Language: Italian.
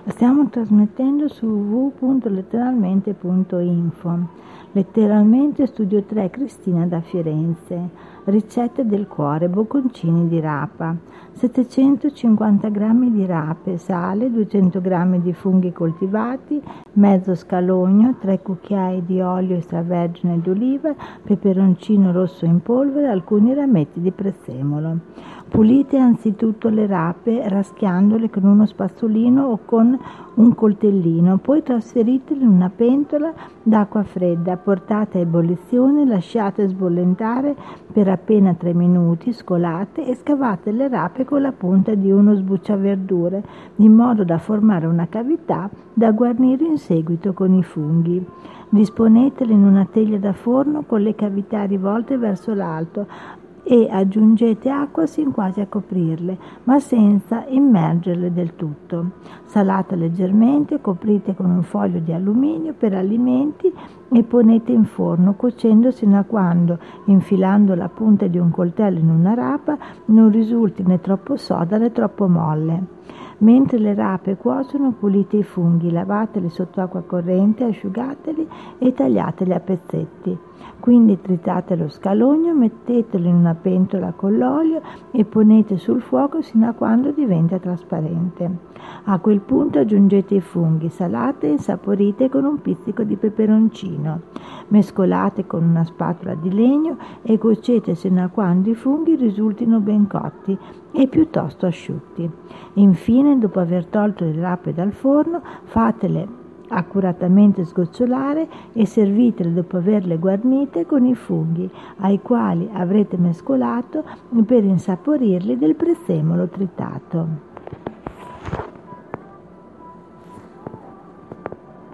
Stiamo trasmettendo su www.letteralmente.info. Letteralmente Studio 3 Cristina da Firenze. Ricette del cuore, bocconcini di rapa, 750 g di rape, sale, 200 g di funghi coltivati, mezzo scalogno, 3 cucchiai di olio extravergine d'oliva, peperoncino rosso in polvere, alcuni rametti di prezzemolo. Pulite anzitutto le rape raschiandole con uno spazzolino o con un coltellino, poi trasferitele in una pentola d'acqua fredda, portate a ebollizione, lasciate sbollentare per appena 3 minuti, scolate e scavate le rape con la punta di uno sbucciaverdure, in modo da formare una cavità da guarnire in seguito con i funghi. Disponetele in una teglia da forno con le cavità rivolte verso l'alto e aggiungete acqua sin quasi a coprirle, ma senza immergerle del tutto. Salate leggermente, coprite con un foglio di alluminio per alimenti e ponete in forno, cuocendo sino a quando, infilando la punta di un coltello in una rapa, non risulti né troppo soda né troppo molle. Mentre le rape cuociono, pulite i funghi, lavateli sotto acqua corrente, asciugateli e tagliateli a pezzetti. Quindi tritate lo scalogno, mettetelo in una pentola con l'olio e ponete sul fuoco sino a quando diventa trasparente. A quel punto aggiungete i funghi, salate e insaporite con un pizzico di peperoncino. Mescolate con una spatola di legno e cuocete sino a quando i funghi risultino ben cotti e piuttosto asciutti. Infine, dopo aver tolto le rape dal forno, fatele accuratamente sgocciolare e servitele dopo averle guarnite con i funghi, ai quali avrete mescolato per insaporirli del prezzemolo tritato.